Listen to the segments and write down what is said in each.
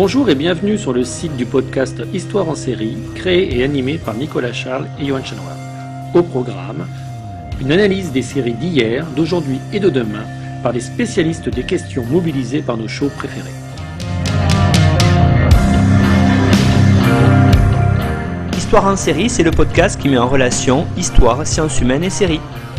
Bonjour et bienvenue sur le site du podcast Histoire en série, créé et animé par Nicolas Charles et Johan Chanoir. Au programme, une analyse des séries d'hier, d'aujourd'hui et de demain par les spécialistes des questions mobilisées par nos shows préférés. Histoire en série, c'est le podcast qui met en relation histoire, sciences humaines et séries.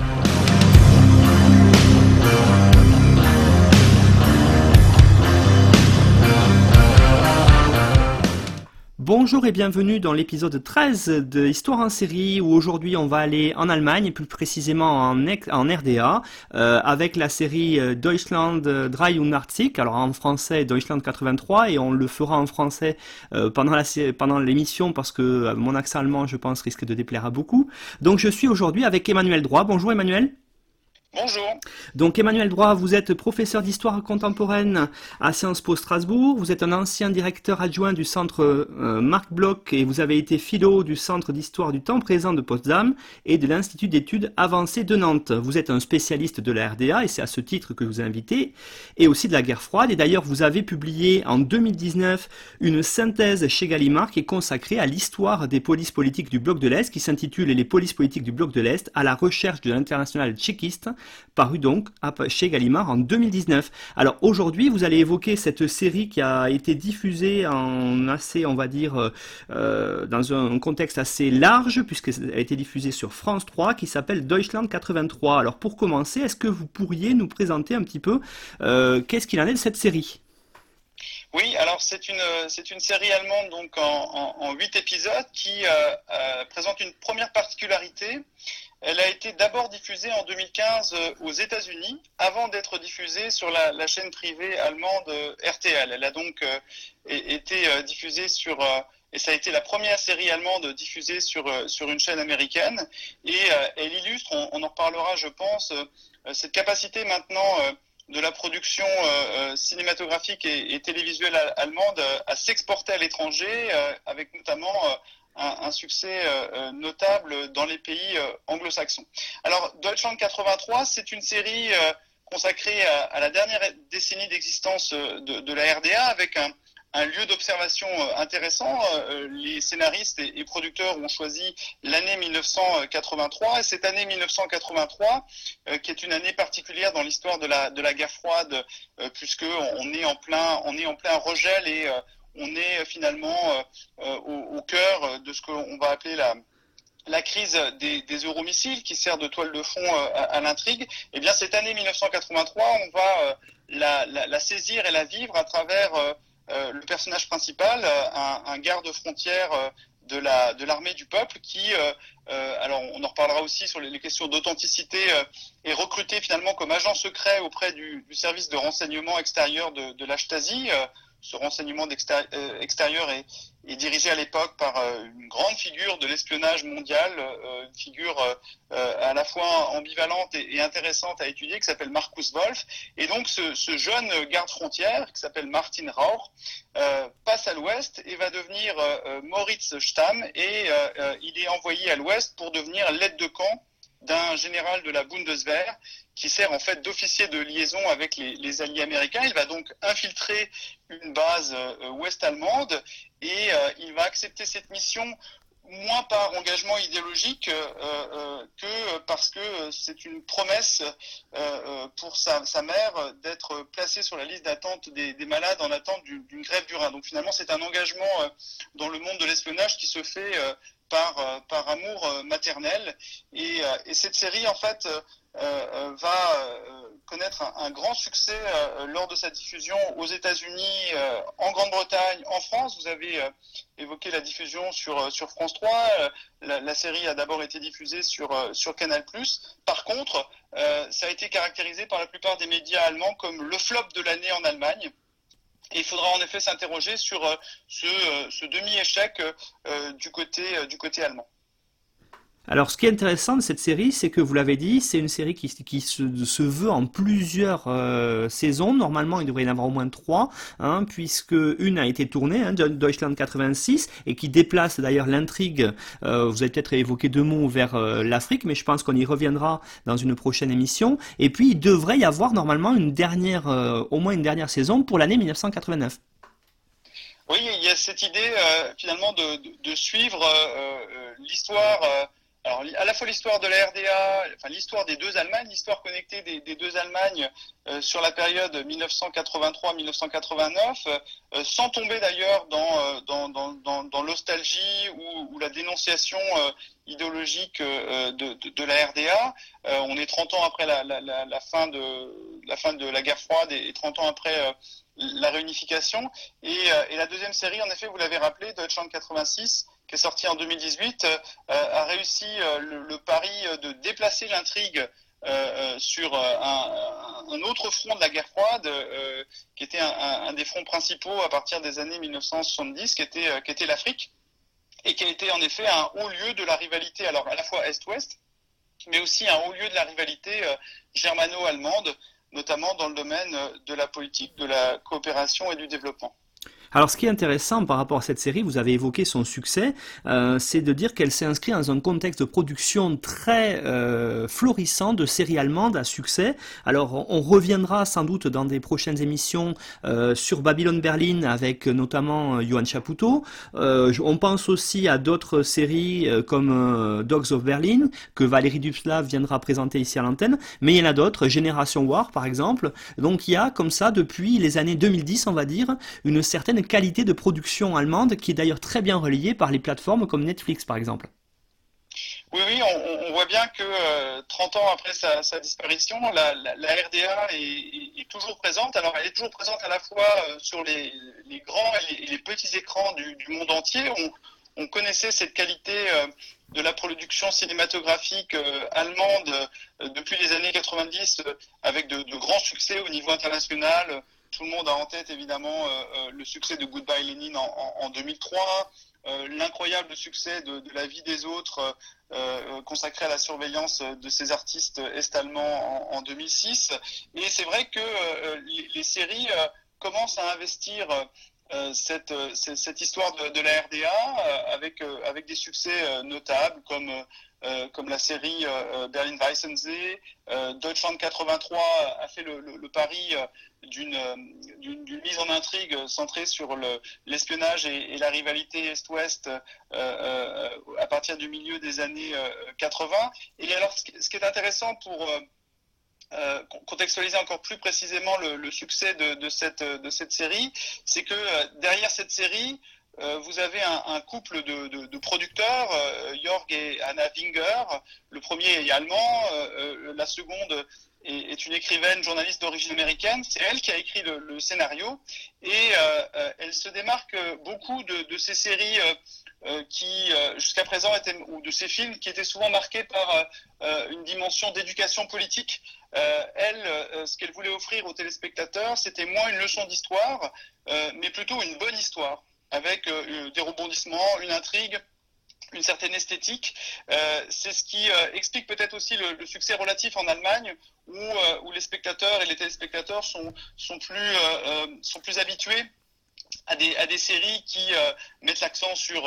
Bonjour et bienvenue dans l'épisode 13 de Histoire en série où aujourd'hui on va aller en Allemagne et plus précisément en RDA avec la série Deutschland 83, alors en français Deutschland 83 et on le fera en français pendant l'émission parce que mon accent allemand je pense risque de déplaire à beaucoup. Donc je suis aujourd'hui avec Emmanuel Droit. Bonjour Emmanuel. Bonjour. Donc Emmanuel Droit, vous êtes professeur d'histoire contemporaine à Sciences Po Strasbourg, vous êtes un ancien directeur adjoint du centre Marc Bloch et vous avez été philo du centre d'histoire du temps présent de Potsdam et de l'Institut d'études avancées de Nantes. Vous êtes un spécialiste de la RDA et c'est à ce titre que je vous ai invité, et aussi de la guerre froide. Et d'ailleurs vous avez publié en 2019 une synthèse chez Gallimard qui est consacrée à l'histoire des polices politiques du bloc de l'Est, qui s'intitule Les polices politiques du bloc de l'Est à la recherche de l'international tchéquiste, paru donc chez Gallimard en 2019. Alors aujourd'hui, vous allez évoquer cette série qui a été diffusée en assez, on va dire, dans un contexte assez large, puisqu'elle a été diffusée sur France 3, qui s'appelle Deutschland 83. Alors pour commencer, est-ce que vous pourriez nous présenter un petit peu qu'est-ce qu'il en est de cette série ? Oui, alors c'est une série allemande donc en 8 épisodes qui présente une première particularité. Elle a été d'abord diffusée en 2015 aux États-Unis avant d'être diffusée sur la chaîne privée allemande RTL. Elle a donc été diffusée et ça a été la première série allemande diffusée sur une chaîne américaine. Et elle illustre, on en reparlera je pense, cette capacité maintenant de la production cinématographique et télévisuelle allemande à s'exporter à l'étranger, avec notamment un succès notable dans les pays anglo-saxons. Alors, Deutschland 83, c'est une série consacrée à la dernière décennie d'existence de la RDA, avec un lieu d'observation intéressant. Les scénaristes et producteurs ont choisi l'année 1983, et cette année 1983, qui est une année particulière dans l'histoire de la guerre froide, puisque on est en plein regel et on est finalement au cœur de ce qu'on va appeler la crise des euromissiles, qui sert de toile de fond à l'intrigue. Eh bien, cette année 1983, on va la saisir et la vivre à travers le personnage principal, un garde-frontière de l'armée du peuple qui, alors on en reparlera aussi sur les questions d'authenticité, est recruté finalement comme agent secret auprès du service de renseignement extérieur de la Stasi. Ce renseignement extérieur est dirigé à l'époque par une grande figure de l'espionnage mondial, une figure à la fois ambivalente et intéressante à étudier, qui s'appelle Markus Wolf. Et donc ce jeune garde-frontière, qui s'appelle Martin Rauch, passe à l'ouest et va devenir Moritz Stamm, et il est envoyé à l'ouest pour devenir l'aide de camp d'un général de la Bundeswehr qui sert en fait d'officier de liaison avec les alliés américains. Il va donc infiltrer une base ouest-allemande et il va accepter cette mission moins par engagement idéologique que parce que c'est une promesse pour sa mère d'être placée sur la liste d'attente des malades en attente d'une grève du rein. Donc finalement c'est un engagement dans le monde de l'espionnage qui se fait par amour maternel, et cette série en fait va connaître un grand succès lors de sa diffusion aux États-Unis, en Grande-Bretagne, en France. Vous avez évoqué la diffusion sur France 3. La série a d'abord été diffusée sur Canal+. Par contre, ça a été caractérisé par la plupart des médias allemands comme le flop de l'année en Allemagne. Et il faudra en effet s'interroger sur ce demi-échec du côté allemand. Alors, ce qui est intéressant de cette série, c'est que vous l'avez dit, c'est une série qui se veut en plusieurs saisons. Normalement, il devrait y en avoir au moins 3, puisque une a été tournée, Deutschland 86, et qui déplace d'ailleurs l'intrigue. Vous avez peut-être évoqué 2 mots vers l'Afrique, mais je pense qu'on y reviendra dans une prochaine émission. Et puis, il devrait y avoir normalement une dernière, au moins une dernière saison pour l'année 1989. Oui, il y a cette idée finalement de suivre l'histoire, alors à la fois l'histoire de la RDA, enfin l'histoire des deux Allemagnes, l'histoire connectée des deux Allemagnes sur la période 1983-1989, sans tomber d'ailleurs dans l'ostalgie ou la dénonciation idéologique de la RDA. On est 30 ans après la fin de la guerre froide et 30 ans après la réunification. Et la deuxième série, en effet, vous l'avez rappelé, Deutschland 86, qui est sortie en 2018, a réussi le pari de déplacer l'intrigue sur un autre front de la guerre froide, qui était un des fronts principaux à partir des années 1970, qui était l'Afrique, et qui a été en effet un haut lieu de la rivalité, alors à la fois Est-Ouest, mais aussi un haut lieu de la rivalité germano-allemande, notamment dans le domaine de la politique, de la coopération et du développement. Alors ce qui est intéressant par rapport à cette série, vous avez évoqué son succès, c'est de dire qu'elle s'est inscrite dans un contexte de production très florissant de séries allemandes à succès. Alors on reviendra sans doute dans des prochaines émissions sur Babylon Berlin avec notamment Johann Chapoutot. On pense aussi à d'autres séries comme Dogs of Berlin que Valérie Dubslav viendra présenter ici à l'antenne, mais il y en a d'autres, Génération War par exemple. Donc il y a comme ça depuis les années 2010 on va dire une certaine qualité de production allemande qui est d'ailleurs très bien relayée par les plateformes comme Netflix par exemple. Oui, on voit bien que 30 ans après sa disparition, la RDA est toujours présente. Alors elle est toujours présente à la fois sur les grands et les petits écrans du monde entier. On connaissait cette qualité de la production cinématographique allemande depuis les années 90 avec de grands succès au niveau international. Tout le monde a en tête évidemment le succès de Goodbye Lenin en 2003, l'incroyable succès de La vie des autres consacré à la surveillance de ces artistes est-allemands en 2006. Et c'est vrai que les séries commencent à investir cette histoire de la RDA avec des succès notables comme la série Berlin Weissensee. Deutschland 83 a fait le pari d'une mise en intrigue centrée sur l'espionnage et la rivalité Est-Ouest à partir du milieu des années 80. Et alors, ce qui est intéressant pour contextualiser encore plus précisément le succès de cette série, c'est que derrière cette série, vous avez un couple de producteurs, Jörg et Anna Winger. Le premier est allemand, la seconde est une écrivaine, journaliste d'origine américaine. C'est elle qui a écrit le scénario et elle se démarque beaucoup de ces séries qui jusqu'à présent étaient, ou de ces films qui étaient souvent marqués par une dimension d'éducation politique. Ce qu'elle voulait offrir aux téléspectateurs, c'était moins une leçon d'histoire, mais plutôt une bonne histoire, avec des rebondissements, une intrigue, une certaine esthétique. C'est ce qui explique peut-être aussi le succès relatif en Allemagne, où les spectateurs et les téléspectateurs sont plus habitués à des séries qui mettent l'accent sur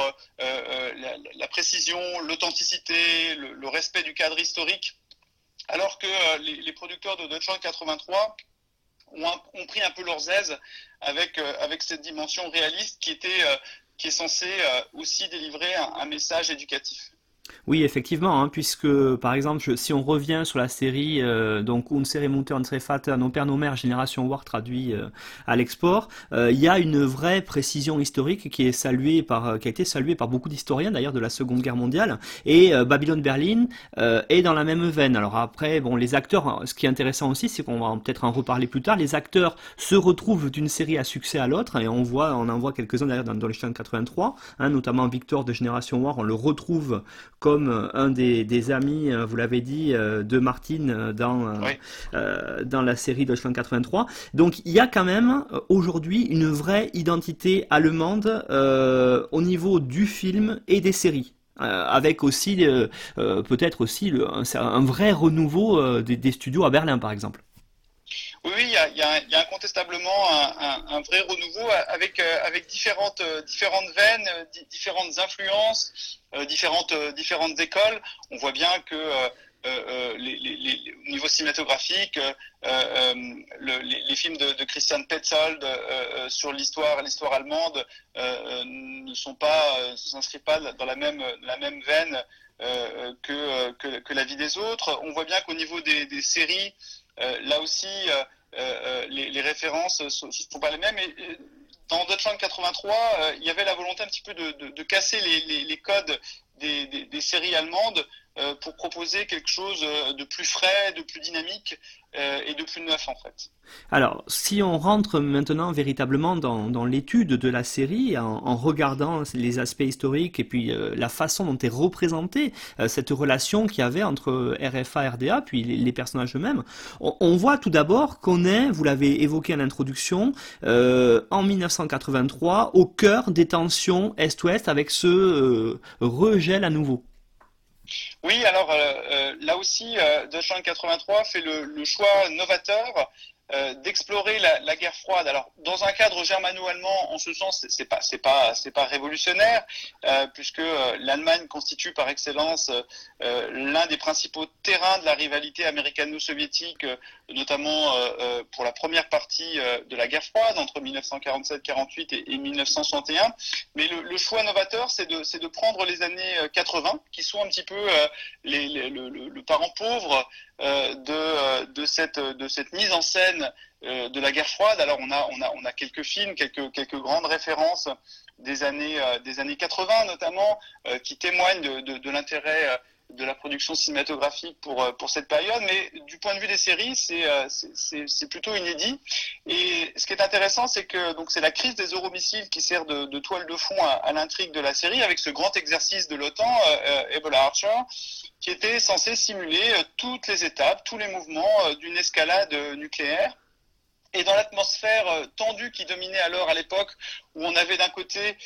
la précision, l'authenticité, le respect du cadre historique, alors que les producteurs de Deutschland 83 ont pris un peu leurs aises avec cette dimension réaliste qui est censée aussi délivrer un message éducatif. Oui, effectivement, hein, puisque par exemple, si on revient sur la série donc Unsere Mutter, Unsere Vater, Nos pères, nos mères, Génération War traduit à l'export, il y a une vraie précision historique qui a été saluée par beaucoup d'historiens d'ailleurs de la Seconde Guerre mondiale, et Babylon Berlin est dans la même veine. Alors après, bon, les acteurs, ce qui est intéressant aussi, c'est qu'on va peut-être en reparler plus tard. Les acteurs se retrouvent d'une série à succès à l'autre, et on en voit quelques-uns d'ailleurs dans Deutschland 83, hein, notamment Victor de Génération War, on le retrouve comme un des amis, vous l'avez dit, de Martin dans la série Deutschland 83. Donc il y a quand même aujourd'hui une vraie identité allemande au niveau du film et des séries. Avec aussi peut-être aussi un vrai renouveau des studios à Berlin par exemple. Oui, il y a incontestablement un vrai renouveau avec différentes veines, différentes influences, différentes écoles. On voit bien que au niveau cinématographique, les films de Christian Petzold sur l'histoire allemande ne s'inscrivent pas dans la même veine que la vie des autres. On voit bien qu'au niveau des séries, là aussi, les références ne sont pas les mêmes. Et dans Deutschland 83, il y avait la volonté un petit peu de casser les codes des séries allemandes pour proposer quelque chose de plus frais, de plus dynamique et de plus neuf en fait. Alors, si on rentre maintenant véritablement dans l'étude de la série, en regardant les aspects historiques et puis la façon dont est représentée cette relation qu'il y avait entre RFA, RDA, puis les personnages eux-mêmes, on voit tout d'abord qu'on est, vous l'avez évoqué en introduction, en 1983, au cœur des tensions Est-Ouest avec ce regel à nouveau. Oui, alors là aussi, Deutschland 83 fait le choix novateur d'explorer la guerre froide. Alors, dans un cadre germano-allemand, en ce sens, c'est pas révolutionnaire, puisque l'Allemagne constitue par excellence l'un des principaux terrains de la rivalité américano-soviétique, notamment pour la première partie de la guerre froide entre 1947-48 et 1961. Mais le choix novateur, c'est de prendre les années 80, qui sont un petit peu le parent pauvre de cette mise en scène de la guerre froide. Alors on a quelques films, quelques grandes références des années 80 notamment, qui témoignent de l'intérêt de la production cinématographique pour cette période, mais du point de vue des séries, c'est plutôt inédit. Et ce qui est intéressant, c'est que donc c'est la crise des euromissiles qui sert de toile de fond à l'intrigue de la série, avec ce grand exercice de l'OTAN, Ebola Archer, qui était censé simuler toutes les étapes, tous les mouvements d'une escalade nucléaire. Et dans l'atmosphère tendue qui dominait alors à l'époque, où on avait d'un côté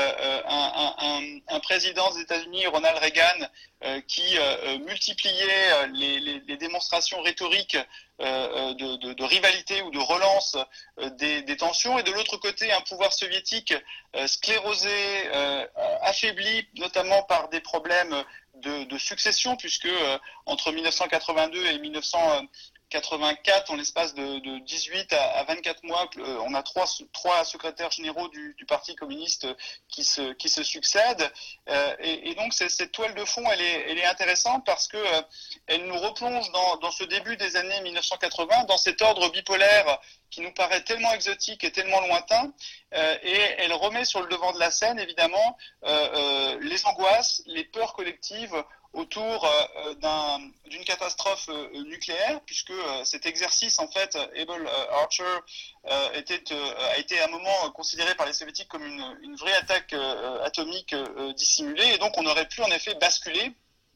un président des États-Unis, Ronald Reagan, qui multipliait les démonstrations rhétoriques de rivalité ou de relance des tensions, et de l'autre côté un pouvoir soviétique sclérosé, affaibli notamment par des problèmes de succession, puisque entre 1982 et 1984, en l'espace de 18 à 24 mois, on a trois secrétaires généraux du Parti communiste qui se succèdent. Et donc cette toile de fond, elle est intéressante parce que elle nous replonge dans ce début des années 1980, dans cet ordre bipolaire qui nous paraît tellement exotique et tellement lointain, et elle remet sur le devant de la scène, évidemment, les angoisses, les peurs collectives autour d'une catastrophe nucléaire, puisque cet exercice, en fait, Able Archer, a été à un moment considéré par les soviétiques comme une vraie attaque atomique dissimulée, et donc on aurait pu en effet basculer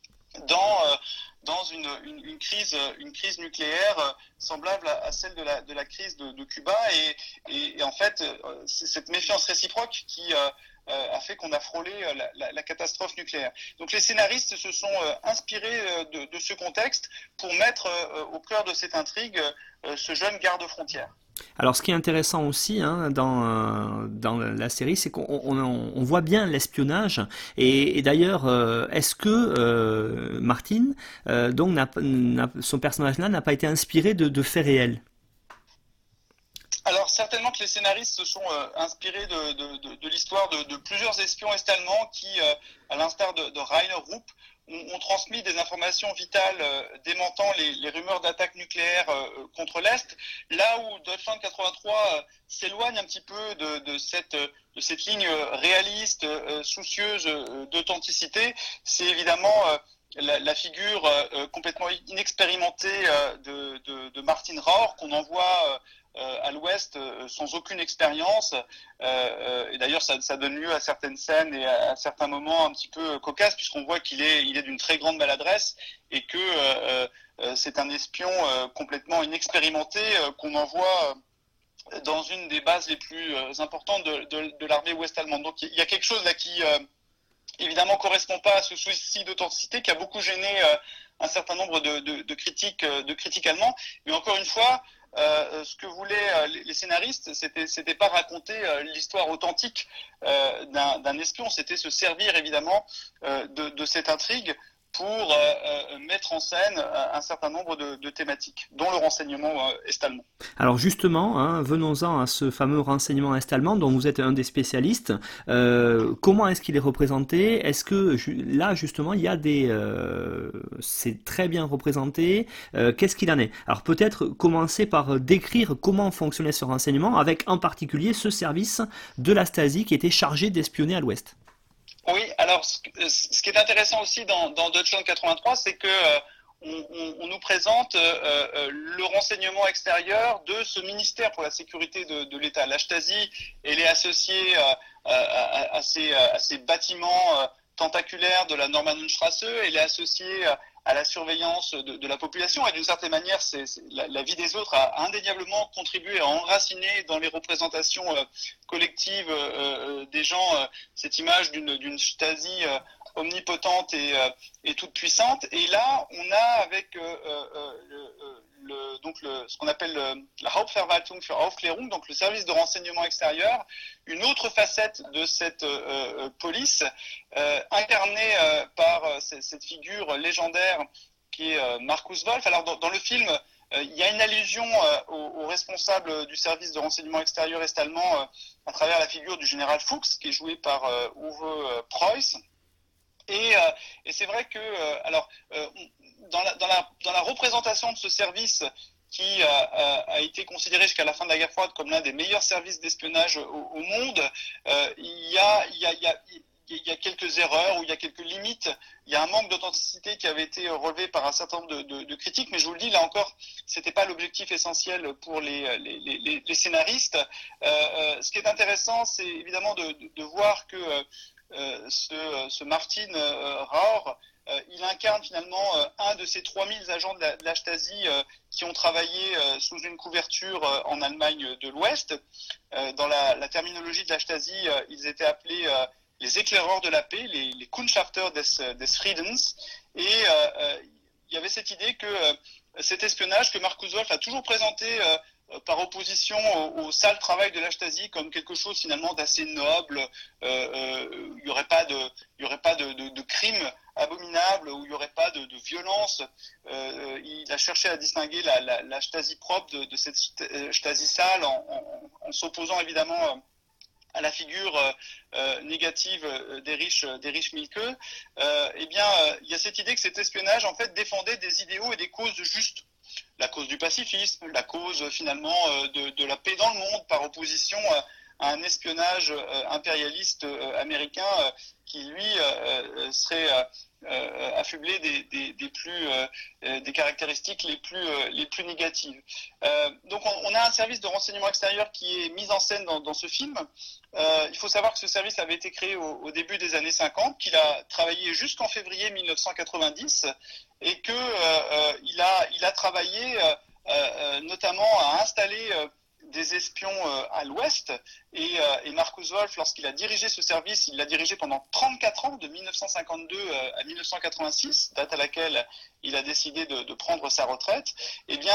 dans une crise nucléaire semblable à celle de la crise de Cuba, et en fait c'est cette méfiance réciproque qui a fait qu'on a frôlé la catastrophe nucléaire. Donc les scénaristes se sont inspirés de ce contexte pour mettre au cœur de cette intrigue ce jeune garde-frontière. Alors, ce qui est intéressant aussi dans la série, c'est qu'on voit bien l'espionnage. Et d'ailleurs, est-ce que Martin, donc, son personnage-là, n'a pas été inspiré de faits réels? Alors certainement que les scénaristes se sont inspirés de l'histoire de plusieurs espions est-allemands qui, à l'instar de Rainer Rupp, ont transmis des informations vitales démentant les rumeurs d'attaque nucléaire contre l'Est, là où Deutschland 83 s'éloigne un petit peu de cette ligne réaliste, soucieuse d'authenticité. C'est évidemment la figure complètement inexpérimentée de Martin Rauch, qu'on envoie à l'Ouest sans aucune expérience, et d'ailleurs ça donne lieu à certaines scènes et à certains moments un petit peu cocasses, puisqu'on voit qu'il est d'une très grande maladresse, et que c'est un espion complètement inexpérimenté qu'on envoie dans une des bases les plus importantes de l'armée ouest-allemande. Donc il y a quelque chose là qui évidemment correspond pas à ce souci d'authenticité qui a beaucoup gêné un certain nombre de critiques allemands. Mais encore une fois, ce que voulaient les scénaristes, c'était pas raconter l'histoire authentique d'un espion, c'était se servir évidemment de cette intrigue pour mettre en scène un certain nombre de thématiques, dont le renseignement est-allemand. Alors justement, hein, venons-en à ce fameux renseignement est-allemand dont vous êtes un des spécialistes. Comment est-ce qu'il est représenté? Est-ce que là justement il y a c'est très bien représenté? Qu'est-ce qu'il en est? Alors peut-être commencer par décrire comment fonctionnait ce renseignement, avec en particulier ce service de la Stasi qui était chargé d'espionner à l'Ouest. Oui, alors ce qui est intéressant aussi dans Deutschland 83, c'est que on nous présente le renseignement extérieur de ce ministère pour la sécurité de l'État. La Stasi, elle est associée à ces bâtiments tentaculaires de la Normannenstraße, elle est associée à la surveillance de la population, et d'une certaine manière, la vie des autres a indéniablement contribué à enraciner dans les représentations collectives des gens cette image d'une Stasi omnipotente et toute puissante. Et là, on a avec ce qu'on appelle la Hauptverwaltung für Aufklärung, donc le service de renseignement extérieur, une autre facette de cette police, incarnée par cette figure légendaire qui est Markus Wolf. Alors dans le film, il y a une allusion au responsable du service de renseignement extérieur est-allemand à travers la figure du général Fuchs, qui est joué par Uwe Preuss. Et c'est vrai que dans la représentation de ce service qui a été considéré jusqu'à la fin de la guerre froide comme l'un des meilleurs services d'espionnage au monde, il y a quelques erreurs ou il y a quelques limites. Il y a un manque d'authenticité qui avait été relevé par un certain nombre de critiques, mais je vous le dis, là encore, c'était pas l'objectif essentiel pour les scénaristes. Ce qui est intéressant, c'est évidemment de voir que ce Martin Rauer, il incarne finalement un de ces 3000 agents de la Stasi qui ont travaillé sous une couverture en Allemagne de l'Ouest. Dans la terminologie de la Stasi, ils étaient appelés les éclaireurs de la paix, les Kundschafter des Friedens. Et il y avait cette idée que cet espionnage que Markus Wolf a toujours présenté par opposition au sale travail de la Stasi comme quelque chose finalement d'assez noble, il y aurait pas de crimes abominables, où il n'y aurait pas de violence. Il a cherché à distinguer la Stasi propre de cette Stasi sale en s'opposant évidemment à la figure négative d'Erich Mielke. Il y a cette idée que cet espionnage en fait défendait des idéaux et des causes justes. La cause du pacifisme, la cause finalement de la paix dans le monde, par opposition à un espionnage impérialiste américain qui lui serait affublé des caractéristiques les plus négatives. Donc on a un service de renseignement extérieur qui est mis en scène dans ce film. Il faut savoir que ce service avait été créé au début des années 50, qu'il a travaillé jusqu'en février 1990 et que il a travaillé notamment à installer des espions à l'Ouest, et Markus Wolf, lorsqu'il a dirigé ce service, il l'a dirigé pendant 34 ans, de 1952 à 1986, date à laquelle il a décidé de prendre sa retraite. Eh bien,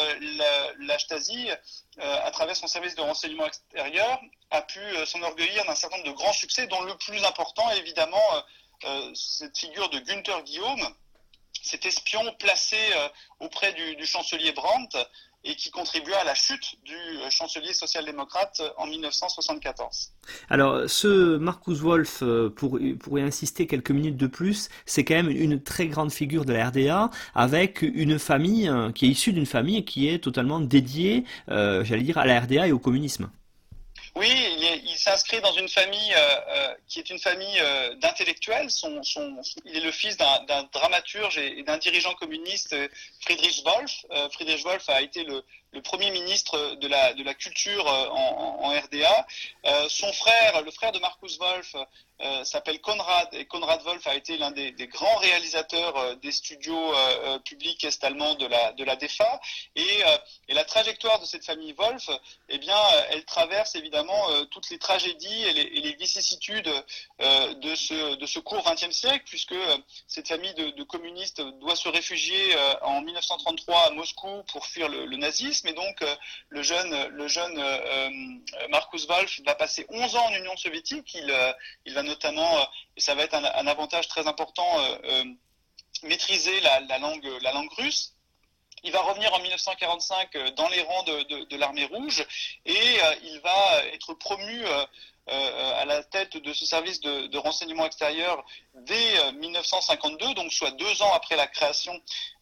la Stasi, à travers son service de renseignement extérieur, a pu s'enorgueillir d'un certain nombre de grands succès, dont le plus important est évidemment cette figure de Günther Guillaume, cet espion placé auprès du chancelier Brandt et qui contribua à la chute du chancelier social-démocrate en 1974. Alors, ce Markus Wolf, pour y insister quelques minutes de plus, c'est quand même une très grande figure de la RDA, avec une famille qui est issue d'une famille qui est totalement dédiée, j'allais dire, à la RDA et au communisme. Oui, il s'inscrit dans une famille qui est une famille d'intellectuels. Il est le fils d'un dramaturge et d'un dirigeant communiste, Friedrich Wolf. Friedrich Wolf a été le premier ministre de la culture en RDA. Son frère, le frère de Markus Wolf, s'appelle Konrad, et Konrad Wolf a été l'un des grands réalisateurs des studios publics est-allemands de la DEFA. Et la trajectoire de cette famille Wolf, eh bien, elle traverse évidemment toutes les tragédies et les vicissitudes de ce court XXe siècle, puisque cette famille de communistes doit se réfugier en 1933 à Moscou pour fuir le nazisme, et donc le jeune Markus Wolf va passer 11 ans en Union soviétique. Il va notamment, et ça va être un avantage très important maîtriser la langue russe. Il va revenir en 1945 dans les rangs de l'Armée rouge et il va être promu à la tête de ce service de renseignement extérieur dès 1952, donc soit 2 ans après la création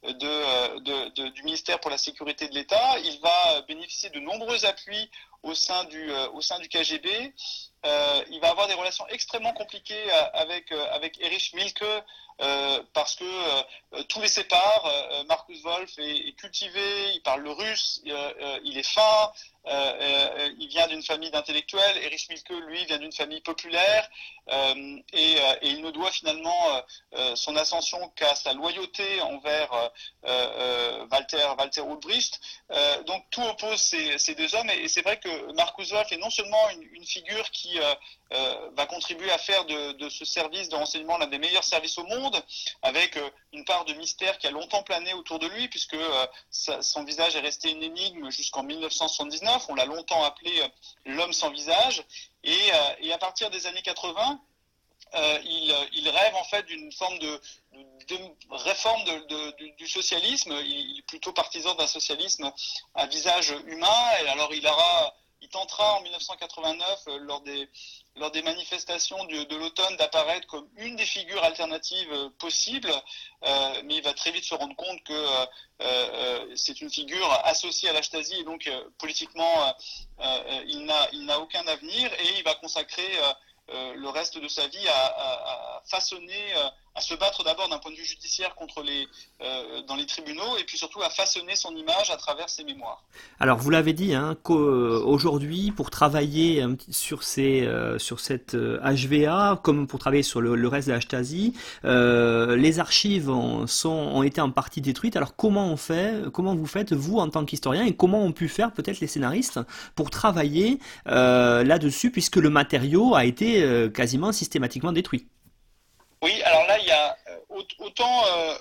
du ministère pour la sécurité de l'État. Il va bénéficier de nombreux appuis au sein du KGB. Il va avoir des relations extrêmement compliquées avec Erich Mielke, parce que tout les sépare. Markus Wolf est cultivé, il parle le russe, il est fin, il vient d'une famille d'intellectuels. Erich Mielke, lui, vient d'une famille populaire, et il ne doit finalement son ascension qu'à sa loyauté envers Walter Ulbricht. Donc tout oppose ces deux hommes, et c'est vrai que Markus Wolf est non seulement une figure qui va contribuer à faire de ce service de renseignement l'un des meilleurs services au monde, avec une part de mystère qui a longtemps plané autour de lui, puisque son visage est resté une énigme jusqu'en 1979. On l'a longtemps appelé l'homme sans visage, et à partir des années 80, il rêve en fait d'une forme de réforme du socialisme. Il est plutôt partisan d'un socialisme à visage humain, et alors il tentera en 1989, lors des manifestations de l'automne, d'apparaître comme une des figures alternatives possibles, mais il va très vite se rendre compte que c'est une figure associée à la Stasi, et donc politiquement il n'a aucun avenir, et il va consacrer le reste de sa vie à façonner, à se battre d'abord d'un point de vue judiciaire dans les tribunaux, et puis surtout à façonner son image à travers ses mémoires. Alors vous l'avez dit, hein, qu'aujourd'hui, pour travailler sur cette HVA, comme pour travailler sur le reste de la Stasi, les archives ont été en partie détruites. Alors comment vous faites, vous, en tant qu'historien, et comment ont pu faire peut-être les scénaristes pour travailler là-dessus, puisque le matériau a été quasiment systématiquement détruit? Oui, alors là, il y a autant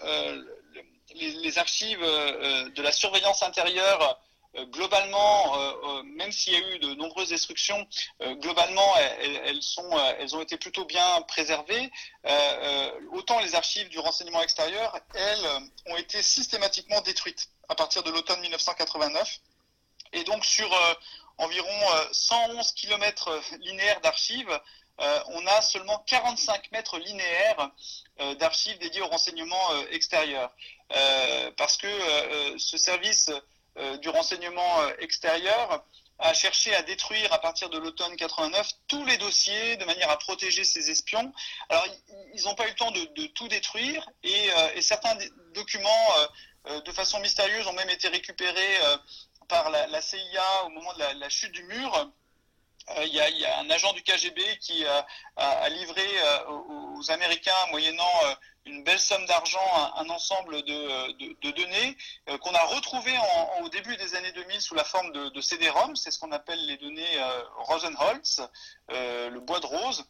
les archives de la surveillance intérieure, globalement, même s'il y a eu de nombreuses destructions, globalement, elles ont été plutôt bien préservées. Autant les archives du renseignement extérieur, elles, ont été systématiquement détruites à partir de l'automne 1989. Et donc, sur environ 111 km linéaires d'archives, on a seulement 45 mètres linéaires d'archives dédiées au renseignement extérieur. Parce que ce service du renseignement extérieur a cherché à détruire à partir de l'automne 89 tous les dossiers de manière à protéger ses espions. Alors ils n'ont pas eu le temps de tout détruire, et certains documents de façon mystérieuse ont même été récupérés par la CIA au moment de la chute du mur. Il y a un agent du KGB qui a livré aux Américains, moyennant une belle somme d'argent, un ensemble de données qu'on a retrouvées au début des années 2000 sous la forme de CD-ROM. C'est ce qu'on appelle les données Rosenholz, le bois de rose.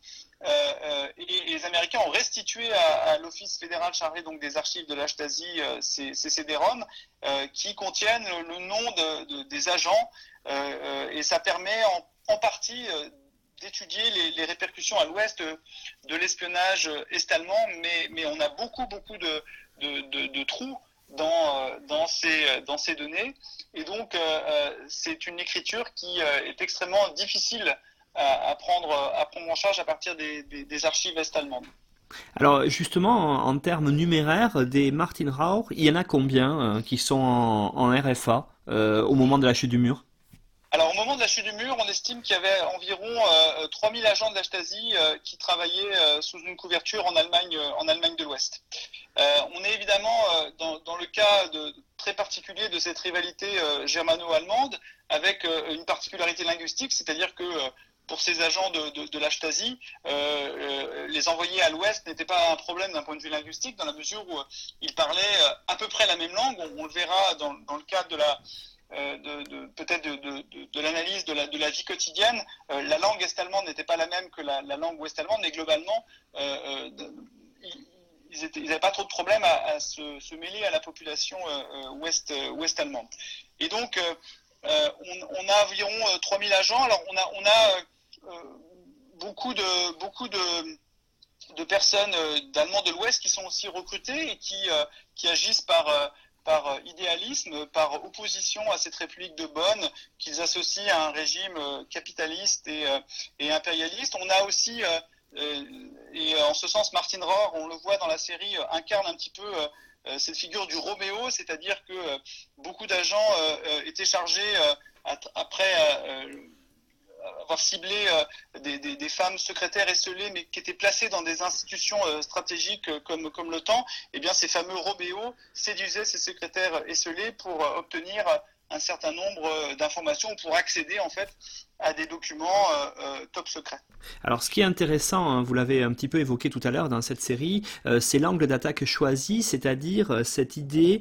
Et les Américains ont restitué à l'Office fédéral chargé donc des archives de la Stasi ces CD-ROM qui contiennent le nom des agents, et ça permet en partie d'étudier les répercussions à l'ouest de l'espionnage est-allemand, mais on a beaucoup de trous dans ces données, et donc c'est une écriture qui est extrêmement difficile à prendre en charge à partir des archives est-allemandes. Alors justement, en termes numéraires, des Martin Rauch, il y en a combien qui sont en RFA au moment de la chute du mur? Alors au moment de la chute du mur, on estime qu'il y avait environ 3000 agents de la Stasi qui travaillaient sous une couverture en Allemagne de l'Ouest. On est évidemment dans le cas très particulier de cette rivalité germano-allemande, avec une particularité linguistique, c'est-à-dire que pour ces agents de la Stasi, les envoyer à l'Ouest n'était pas un problème d'un point de vue linguistique, dans la mesure où ils parlaient à peu près la même langue. On le verra dans le cadre de l'analyse de la vie quotidienne. La langue est-allemande n'était pas la même que la langue ouest-allemande, mais globalement, ils n'avaient pas trop de problème à se mêler à la population ouest-allemande. Et donc, on a environ 3000 agents. Alors, on a beaucoup de de personnes d'Allemands de l'Ouest qui sont aussi recrutées et qui agissent par idéalisme, par opposition à cette République de Bonn qu'ils associent à un régime capitaliste et impérialiste. On a aussi, et en ce sens, Martin Rohr, on le voit dans la série, incarne un petit peu cette figure du Roméo, c'est-à-dire que beaucoup d'agents étaient chargés, après avoir ciblé des femmes secrétaires esselées, mais qui étaient placées dans des institutions stratégiques comme l'OTAN, eh bien ces fameux Roméo séduisaient ces secrétaires esselés pour obtenir un certain nombre d'informations, pour accéder en fait à des documents top secrets. Alors ce qui est intéressant, hein, vous l'avez un petit peu évoqué tout à l'heure dans cette série, c'est l'angle d'attaque choisi, c'est-à-dire cette idée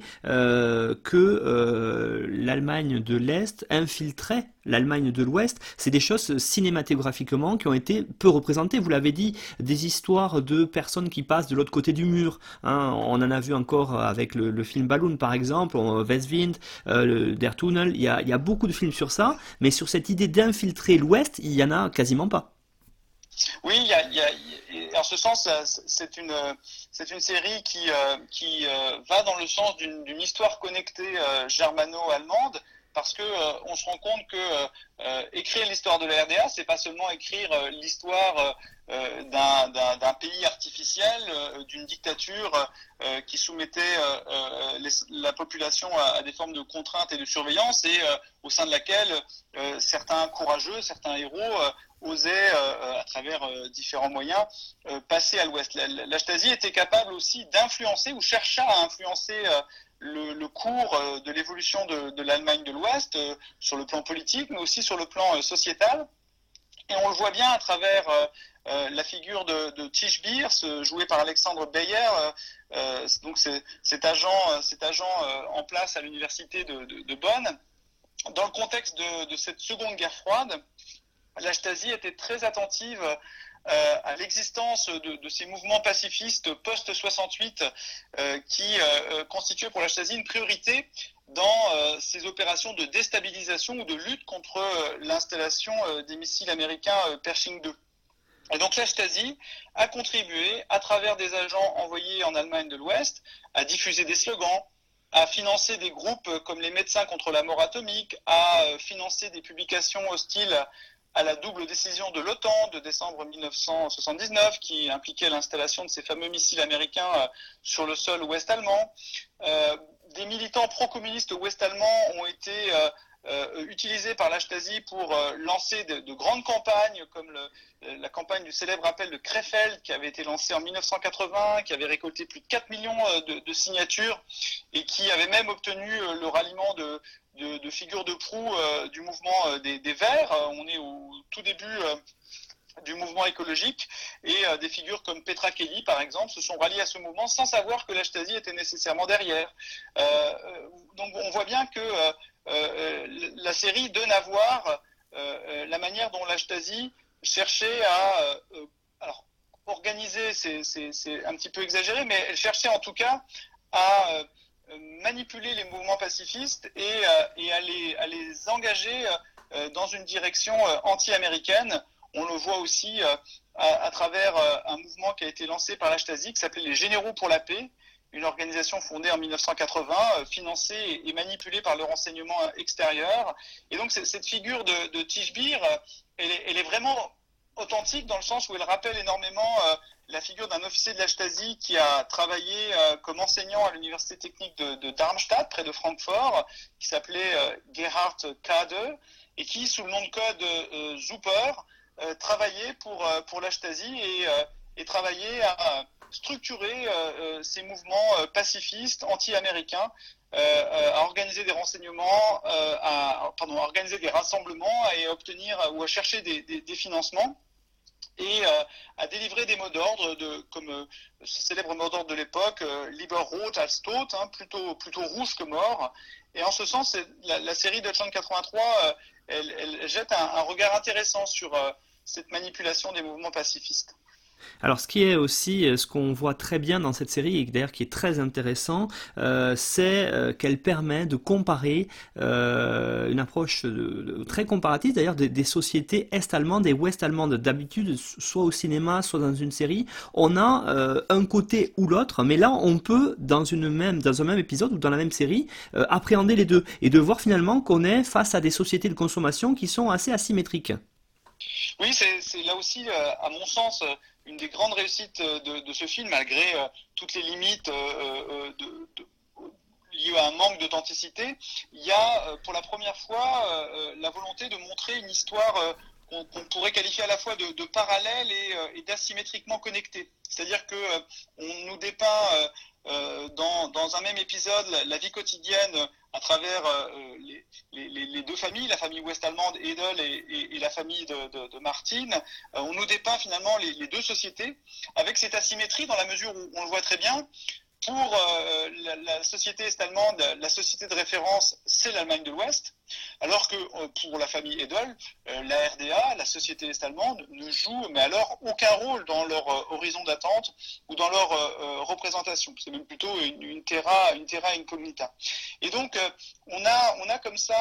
que l'Allemagne de l'Est infiltrait l'Allemagne de l'Ouest. C'est des choses cinématographiquement qui ont été peu représentées. Vous l'avez dit, des histoires de personnes qui passent de l'autre côté du mur. Hein. On en a vu encore avec le film Balloon par exemple, Westwind, Der Tunnel. Il y a beaucoup de films sur ça, mais sur cette idée d'infiltrer l'Ouest, il y en a quasiment pas. Oui, en ce sens, c'est une série qui va dans le sens d'une histoire connectée germano-allemande, parce que on se rend compte que écrire l'histoire de la RDA, c'est pas seulement écrire l'histoire d'un pays artificiel, d'une dictature qui soumettait la population à des formes de contraintes et de surveillance, et au sein de laquelle certains courageux, certains héros osaient, à travers différents moyens, passer à l'ouest. La Stasi était capable aussi d'influencer, ou chercha à influencer le cours de l'évolution de l'Allemagne de l'Ouest, sur le plan politique, mais aussi sur le plan sociétal. Et on le voit bien à travers la figure de Tisch Beers, joué par Alexandre Beyer, donc cet agent en place à l'université de Bonn. Dans le contexte de cette seconde guerre froide, la Stasi était très attentive à l'existence de ces mouvements pacifistes post-68 qui constituaient pour la Stasi une priorité dans ces opérations de déstabilisation ou de lutte contre l'installation des missiles américains Pershing 2. Et donc la Stasi a contribué, à travers des agents envoyés en Allemagne de l'Ouest, à diffuser des slogans, à financer des groupes comme les Médecins contre la mort atomique, à financer des publications hostiles à la double décision de l'OTAN de décembre 1979 qui impliquait l'installation de ces fameux missiles américains sur le sol ouest-allemand. Des militants pro-communistes ouest-allemands ont été utilisés par la Stasi pour lancer de grandes campagnes, comme la campagne du célèbre appel de Krefeld, qui avait été lancée en 1980, qui avait récolté plus de 4 millions de signatures, et qui avait même obtenu le ralliement de figures de proue du mouvement des Verts. On est au tout début du mouvement écologique, et des figures comme Petra Kelly, par exemple, se sont ralliées à ce mouvement sans savoir que la Stasi était nécessairement derrière. Donc on voit bien que la série donne à voir la manière dont la Stasi cherchait à organiser, c'est un petit peu exagéré, mais elle cherchait en tout cas à manipuler les mouvements pacifistes et à les engager dans une direction anti-américaine. On le voit aussi à travers un mouvement qui a été lancé par la Stasi qui s'appelait les Généraux pour la paix, une organisation fondée en 1980, financée et manipulée par le renseignement extérieur. Et donc cette figure de Tisch Beer, elle est vraiment authentique dans le sens où elle rappelle énormément la figure d'un officier de la Stasi qui a travaillé comme enseignant à l'université technique de Darmstadt, près de Francfort, qui s'appelait Gerhard Kade, et qui, sous le nom de code Zuper, travaillait pour la Stasi et travaillait à structurer ces mouvements pacifistes anti-américains, à organiser des renseignements, à organiser des rassemblements et à obtenir ou à chercher des financements, et à délivrer des mots d'ordre comme ce célèbre mot d'ordre de l'époque, Lieber rot als tot, plutôt rouge que mort. Et en ce sens, la série Deutschland 83, elle jette un regard intéressant sur cette manipulation des mouvements pacifistes. Alors, ce qui est aussi, ce qu'on voit très bien dans cette série, et d'ailleurs qui est très intéressant, c'est qu'elle permet de comparer une approche très comparative, d'ailleurs, des sociétés est-allemandes et ouest-allemandes. D'habitude, soit au cinéma, soit dans une série, on a un côté ou l'autre, mais là, on peut, dans un même épisode ou dans la même série, appréhender les deux et de voir finalement qu'on est face à des sociétés de consommation qui sont assez asymétriques. Oui, c'est là aussi, à mon sens, une des grandes réussites de ce film, malgré toutes les limites liées à un manque d'authenticité. Il y a pour la première fois la volonté de montrer une histoire qu'on pourrait qualifier à la fois de parallèle et d'asymétriquement connectée. C'est-à-dire que on nous dépeint dans un même épisode la vie quotidienne à travers les deux familles, la famille ouest-allemande Edel et la famille de Martin. On nous dépeint finalement les deux sociétés avec cette asymétrie dans la mesure où on le voit très bien. Pour la société est-allemande, la société de référence, c'est l'Allemagne de l'Ouest, alors que pour la famille Edel, la RDA, la société est-allemande, ne joue mais alors aucun rôle dans leur horizon d'attente ou dans leur représentation. C'est même plutôt une terra incognita. Et donc, on a comme ça...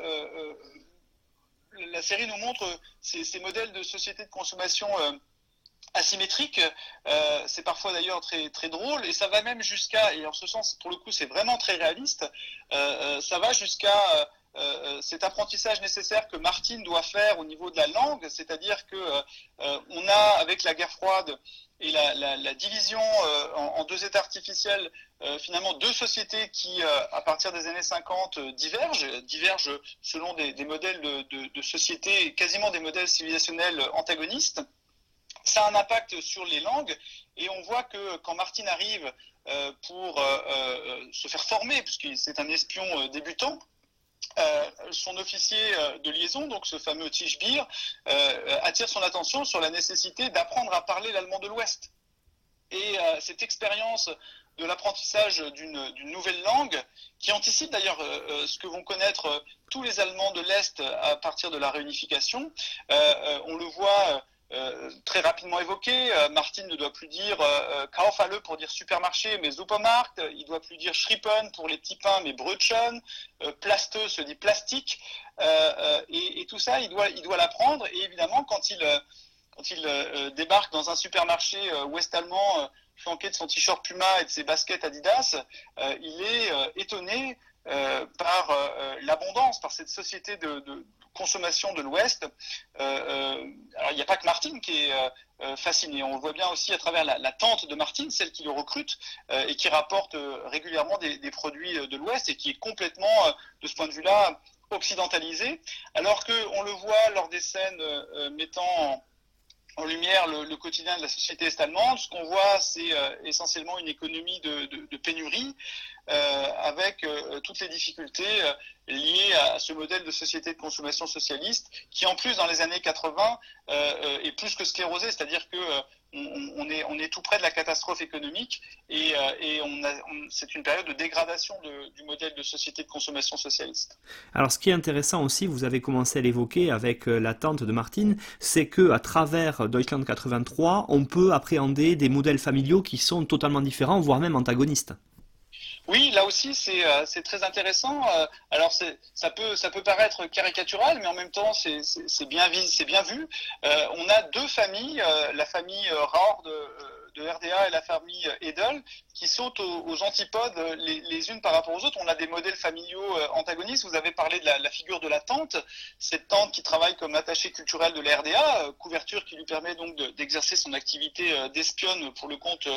la série nous montre ces modèles de société de consommation asymétrique, c'est parfois d'ailleurs très, très drôle, et ça va même jusqu'à, et en ce sens, pour le coup, c'est vraiment très réaliste, ça va jusqu'à cet apprentissage nécessaire que Martin doit faire au niveau de la langue, c'est-à-dire que on a, avec la guerre froide et la division en deux États artificiels, finalement deux sociétés qui, à partir des années 50, divergent selon des modèles de société, quasiment des modèles civilisationnels antagonistes. Ça a un impact sur les langues et on voit que quand Martin arrive pour se faire former, puisque c'est un espion débutant, son officier de liaison, donc ce fameux Tischbier, attire son attention sur la nécessité d'apprendre à parler l'allemand de l'Ouest. Et cette expérience de l'apprentissage d'une nouvelle langue, qui anticipe d'ailleurs ce que vont connaître tous les Allemands de l'Est à partir de la réunification, on le voit... très rapidement évoqué, Martin ne doit plus dire Kaufhalle pour dire supermarché, mais Supermarkt, il doit plus dire Schrippen pour les petits pains, mais Brötchen, Plasteux se dit plastique, et tout ça, il doit l'apprendre, et évidemment, quand il débarque dans un supermarché ouest-allemand, flanqué de son t-shirt Puma et de ses baskets Adidas, il est étonné par l'abondance, par cette société de consommation de l'Ouest. Alors il n'y a pas que Martin qui est fasciné, on le voit bien aussi à travers la tante de Martin, celle qui le recrute et qui rapporte régulièrement des produits de l'Ouest et qui est complètement, de ce point de vue-là, occidentalisée, alors qu'on le voit lors des scènes mettant en lumière le quotidien de la société est-allemande. Ce qu'on voit, c'est essentiellement une économie de pénurie, avec toutes les difficultés liées à ce modèle de société de consommation socialiste, qui en plus dans les années 80 est plus que sclérosé, c'est-à-dire que on est tout près de la catastrophe économique et c'est une période de dégradation du modèle de société de consommation socialiste. Alors, ce qui est intéressant aussi, vous avez commencé à l'évoquer avec la tante de Martine, c'est que à travers Deutschland 83, on peut appréhender des modèles familiaux qui sont totalement différents, voire même antagonistes. Oui, là aussi c'est très intéressant. Alors ça peut paraître caricatural, mais en même temps c'est bien vu. On a deux familles, la famille Rahr de RDA et la famille Edel, qui sont aux antipodes les unes par rapport aux autres. On a des modèles familiaux antagonistes. Vous avez parlé de la figure de la tante, cette tante qui travaille comme attachée culturelle de la RDA, couverture qui lui permet donc d'exercer son activité d'espionne pour le compte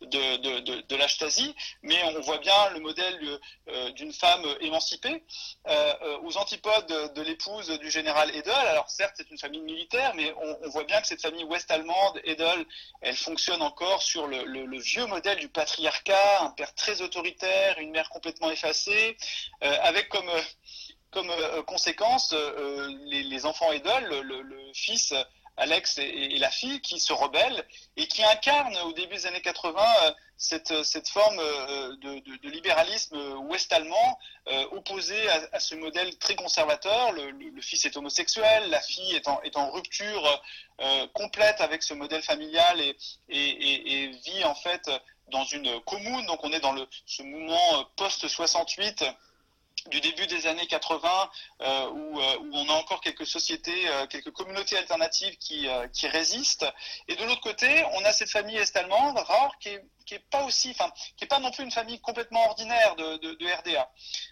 de la Stasi. Mais on voit bien le modèle d'une femme émancipée aux antipodes de l'épouse du général Edel. Alors certes, c'est une famille militaire, mais on voit bien que cette famille ouest-allemande, Edel, elle fonctionne encore sur le vieux modèle du patriarcat, un père très autoritaire, une mère complètement effacée, avec comme conséquence les enfants Edel, le fils Alex et la fille, qui se rebellent et qui incarnent au début des années 80 cette forme de libéralisme ouest-allemand opposé à ce modèle très conservateur. Le fils est homosexuel, la fille est en rupture complète avec ce modèle familial et vit en fait dans une commune. Donc on est dans ce mouvement post-68 du début des années 80 où on a encore quelques sociétés, quelques communautés alternatives qui résistent. Et de l'autre côté, on a cette famille est-allemande rare qui est pas aussi, enfin, qui est pas non plus une famille complètement ordinaire de RDA.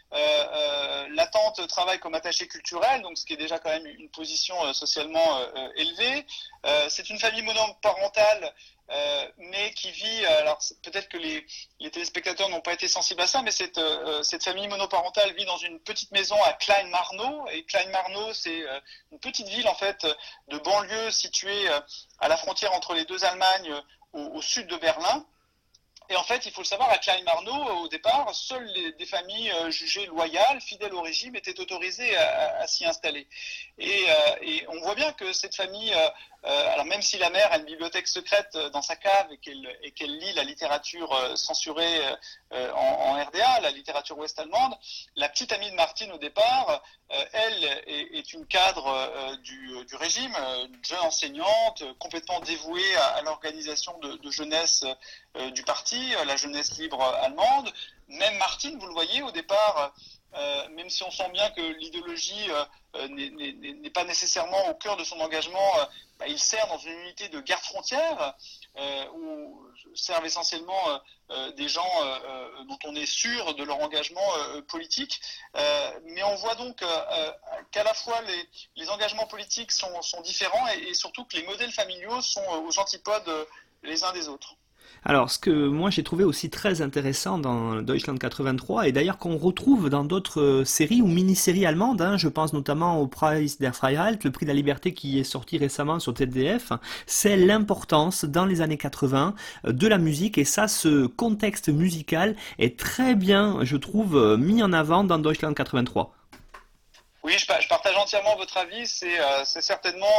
La tante travaille comme attachée culturelle, donc ce qui est déjà quand même une position socialement élevée. C'est une famille monoparentale, mais qui vit, alors peut-être que les téléspectateurs n'ont pas été sensibles à ça, mais cette famille monoparentale vit dans une petite maison à Kleinmarnow, et Kleinmarnow c'est une petite ville en fait de banlieue située à la frontière entre les deux Allemagnes au sud de Berlin. Et en fait, il faut le savoir, à Kleinmarnow, au départ, seules des familles jugées loyales, fidèles au régime, étaient autorisées à s'y installer. Et on voit bien que cette famille, alors même si la mère a une bibliothèque secrète dans sa cave et qu'elle lit la littérature censurée en RDA, la littérature ouest-allemande, la petite amie de Martine au départ, elle est une cadre du régime, une jeune enseignante, complètement dévouée à l'organisation de jeunesse du parti, la jeunesse libre allemande. Même Martine, vous le voyez, au départ, même si on sent bien que l'idéologie n'est pas nécessairement au cœur de son engagement, il sert dans une unité de garde frontière où servent essentiellement des gens dont on est sûr de leur engagement politique. Mais on voit donc qu'à la fois les engagements politiques sont différents et surtout que les modèles familiaux sont aux antipodes les uns des autres. Alors, ce que moi j'ai trouvé aussi très intéressant dans Deutschland 83, et d'ailleurs qu'on retrouve dans d'autres séries ou mini-séries allemandes, hein, je pense notamment au Preis der Freiheit, le prix de la liberté qui est sorti récemment sur TDF, c'est l'importance dans les années 80 de la musique, et ça, ce contexte musical est très bien, je trouve, mis en avant dans Deutschland 83. Oui, je partage entièrement votre avis. C'est certainement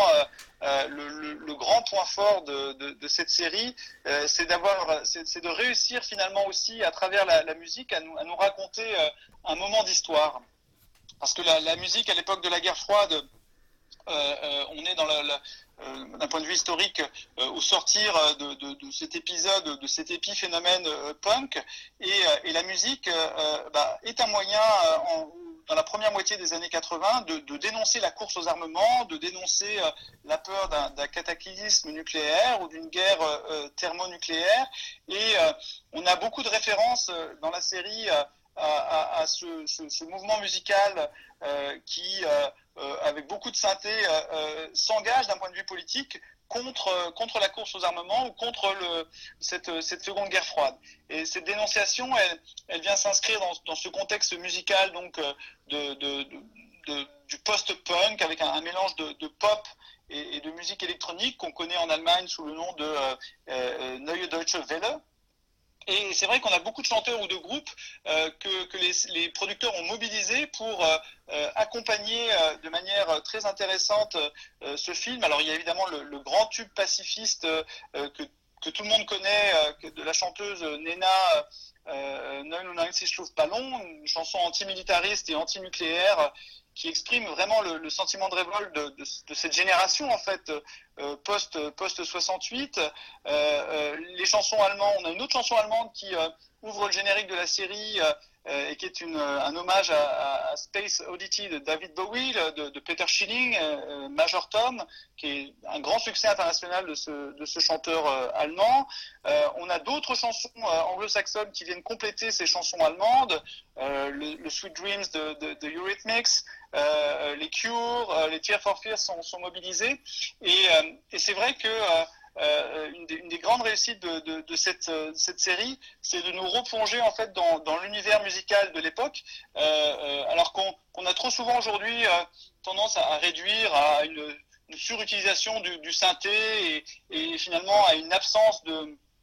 le grand point fort de cette série, c'est de réussir finalement aussi à travers la musique à nous raconter un moment d'histoire. Parce que la musique à l'époque de la guerre froide, on est d'un point de vue historique au sortir de cet épisode, de cet épiphénomène punk, et la musique est un moyen dans la première moitié des années 80 de dénoncer la course aux armements, de dénoncer la peur d'un cataclysme nucléaire ou d'une guerre thermonucléaire. Et on a beaucoup de références dans la série à ce mouvement musical qui, avec beaucoup de synthé, s'engage d'un point de vue politique contre la course aux armements ou contre cette seconde guerre froide. Et cette dénonciation, elle vient s'inscrire dans ce contexte musical donc du post-punk avec un mélange de pop et de musique électronique qu'on connaît en Allemagne sous le nom de Neue Deutsche Welle. Et c'est vrai qu'on a beaucoup de chanteurs ou de groupes que les producteurs ont mobilisés pour accompagner de manière très intéressante ce film. Alors il y a évidemment le grand tube pacifiste que tout le monde connaît, de la chanteuse Nena 99 Luftballon, une chanson antimilitariste et antinucléaire qui exprime vraiment le sentiment de révolte de cette génération en fait post 68. Les chansons allemandes, on a une autre chanson allemande qui ouvre le générique de la série et qui est un hommage à Space Oddity de David Bowie, de Peter Schilling, Major Tom, qui est un grand succès international de ce chanteur allemand. On a d'autres chansons anglo-saxonnes qui viennent compléter ces chansons allemandes, le Sweet Dreams de Eurythmics, les Cure, les Tears for Fears sont mobilisés. Et c'est vrai que une des grandes réussites de cette série, c'est de nous replonger en fait dans l'univers musical de l'époque, alors qu'on a trop souvent aujourd'hui tendance à réduire à une surutilisation du synthé et finalement à une absence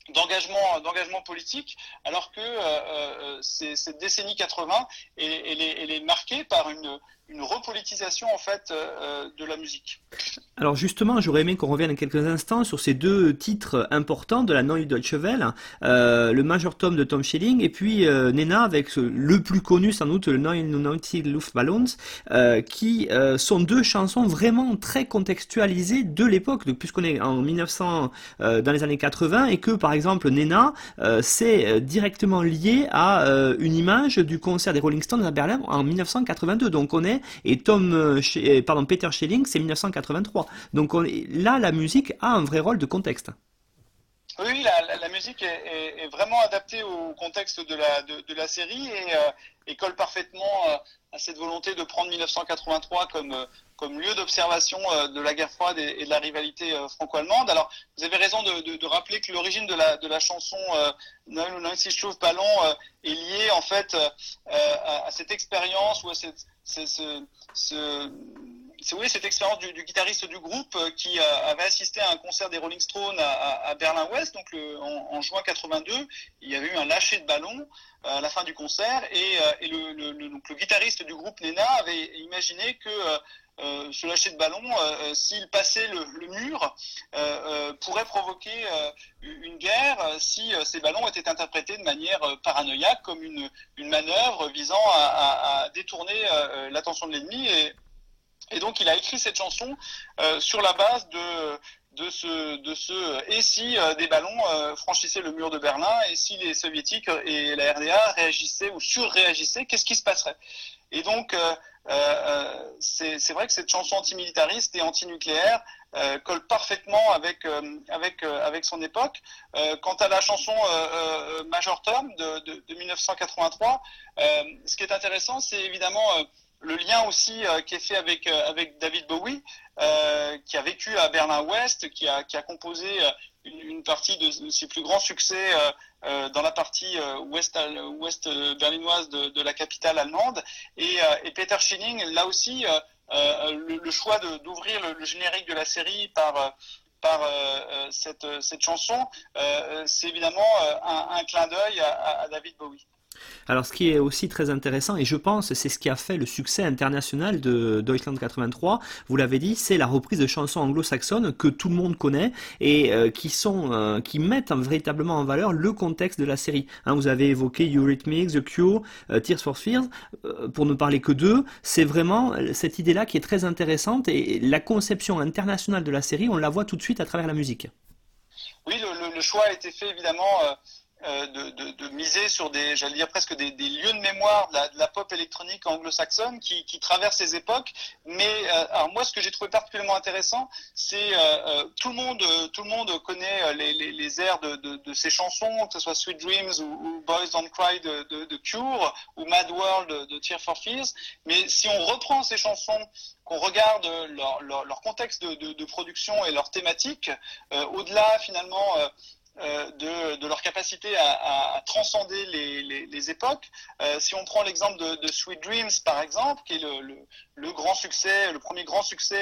d'engagement politique, alors que cette décennie 80, elle est marquée par une repolitisation en fait de la musique. Alors justement, j'aurais aimé qu'on revienne quelques instants sur ces deux titres importants de la Neue Deutsche Welle, le Major Tom de Tom Schelling et puis Nena avec le plus connu sans doute, le 99 Luftballons, qui sont deux chansons vraiment très contextualisées de l'époque, puisqu'on est en 1900, dans les années 80, et que par exemple Nena, c'est directement lié à une image du concert des Rolling Stones à Berlin en 1982. Donc on est, et Peter Schelling, c'est 1983. Donc là, la musique a un vrai rôle de contexte. Oui, la musique est vraiment adaptée au contexte de la série et colle parfaitement à cette volonté de prendre 1983 comme lieu d'observation de la guerre froide et de la rivalité franco-allemande. Alors, vous avez raison de rappeler que l'origine de la chanson 99 Luftballon est liée en fait à cette expérience ou à cette expérience du guitariste du groupe qui avait assisté à un concert des Rolling Stones à Berlin-Ouest, donc en juin 82. Il y avait eu un lâcher de ballon à la fin du concert et donc le guitariste du groupe Nena avait imaginé que ce lâcher de ballon, s'il passait le mur, pourrait provoquer une guerre si ces ballons étaient interprétés de manière paranoïaque comme une manœuvre visant à détourner l'attention de l'ennemi. Et donc il a écrit cette chanson sur la base de ce et si des ballons franchissaient le mur de Berlin et si les soviétiques et la RDA réagissaient ou surréagissaient, qu'est-ce qui se passerait? Et donc c'est vrai que cette chanson antimilitariste et antinucléaire colle parfaitement avec son époque. Quant à la chanson Major Tom de 1983, ce qui est intéressant, c'est évidemment le lien aussi qui est fait avec David Bowie, qui a vécu à Berlin-Ouest, qui a composé une partie de ses plus grands succès dans la partie ouest berlinoise de la capitale allemande. Et Peter Schelling, là aussi, le choix d'ouvrir le générique de la série par cette chanson, c'est évidemment un clin d'œil à David Bowie. Alors ce qui est aussi très intéressant, et je pense c'est ce qui a fait le succès international de Deutschland 83, vous l'avez dit, c'est la reprise de chansons anglo-saxonnes que tout le monde connaît et qui mettent véritablement en valeur le contexte de la série. Vous avez évoqué Eurythmics, The Cure, Tears for Fears, pour ne parler que d'eux, c'est vraiment cette idée-là qui est très intéressante et la conception internationale de la série, on la voit tout de suite à travers la musique. Oui, le choix a été fait évidemment de miser sur j'allais dire presque des lieux de mémoire de la pop électronique anglo-saxonne qui traversent ces époques. Mais alors moi, ce que j'ai trouvé particulièrement intéressant, c'est tout le monde connaît les airs de ces chansons, que ce soit Sweet Dreams ou Boys Don't Cry de Cure ou Mad World de Tears for Fears. Mais si on reprend ces chansons, qu'on regarde leur contexte de production et leur thématique, au-delà finalement de leur capacité à transcender les époques. Si on prend l'exemple de Sweet Dreams, par exemple, qui est le grand succès, le premier grand succès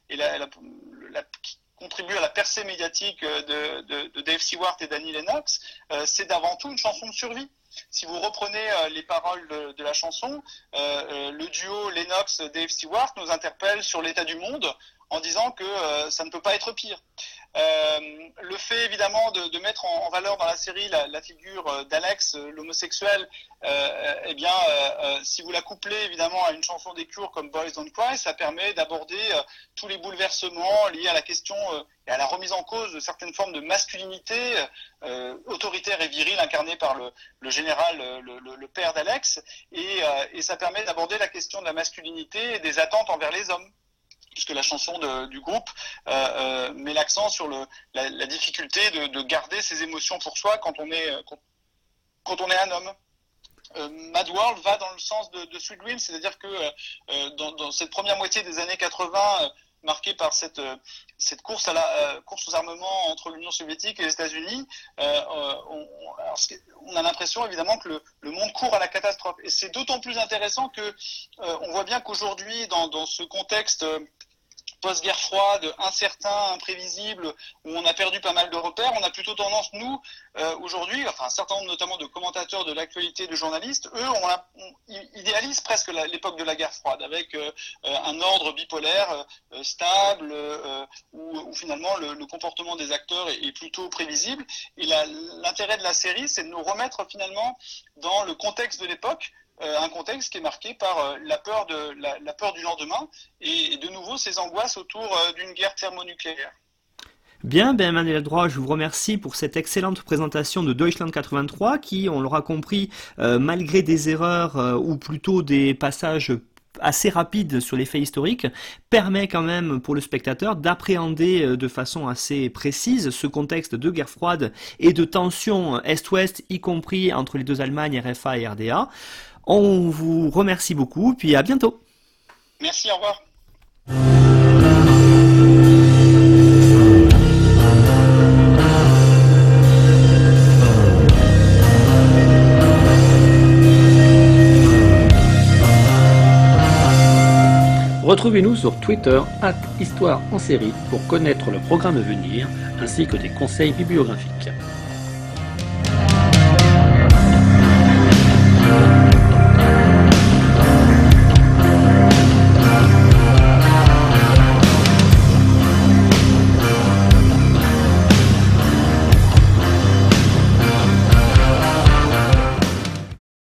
qui contribue à la percée médiatique de Dave Stewart et d'Annie Lennox, c'est avant tout une chanson de survie. Si vous reprenez les paroles de la chanson, le duo Lennox-Dave Stewart nous interpelle sur l'état du monde en disant que ça ne peut pas être pire. Le fait évidemment de mettre en valeur dans la série la figure d'Alex, l'homosexuel, si vous la couplez évidemment à une chanson des Cure comme Boys Don't Cry, ça permet d'aborder tous les bouleversements liés à la question et à la remise en cause de certaines formes de masculinité autoritaire et virile incarnée par le général, le père d'Alex, et ça permet d'aborder la question de la masculinité et des attentes envers les hommes, puisque la chanson du groupe met l'accent sur la difficulté de garder ses émotions pour soi quand on est un homme. Mad World va dans le sens de Sweet Dreams, c'est-à-dire que dans cette première moitié des années 80, marquée par cette course aux armements entre l'Union soviétique et les États-Unis, on a l'impression évidemment que le monde court à la catastrophe. Et c'est d'autant plus intéressant que on voit bien qu'aujourd'hui, dans ce contexte post-guerre froide, incertain, imprévisible, où on a perdu pas mal de repères. On a plutôt tendance, nous, aujourd'hui, enfin un certain nombre notamment de commentateurs de l'actualité, de journalistes, eux, on idéalisent presque l'époque de la guerre froide, avec un ordre bipolaire stable, où finalement le comportement des acteurs est plutôt prévisible. Et l'intérêt de la série, c'est de nous remettre finalement dans le contexte de l'époque, un contexte qui est marqué par la peur du lendemain et de nouveau ces angoisses autour d'une guerre thermonucléaire. Bien, ben Emmanuel Droit, je vous remercie pour cette excellente présentation de Deutschland 83 qui, on l'aura compris, malgré des erreurs ou plutôt des passages assez rapides sur les faits historiques, permet quand même pour le spectateur d'appréhender de façon assez précise ce contexte de guerre froide et de tension Est-Ouest, y compris entre les deux Allemagnes, RFA et RDA. On vous remercie beaucoup, puis à bientôt. Merci, au revoir. Retrouvez-nous sur Twitter @Histoire en série pour connaître le programme à venir ainsi que des conseils bibliographiques.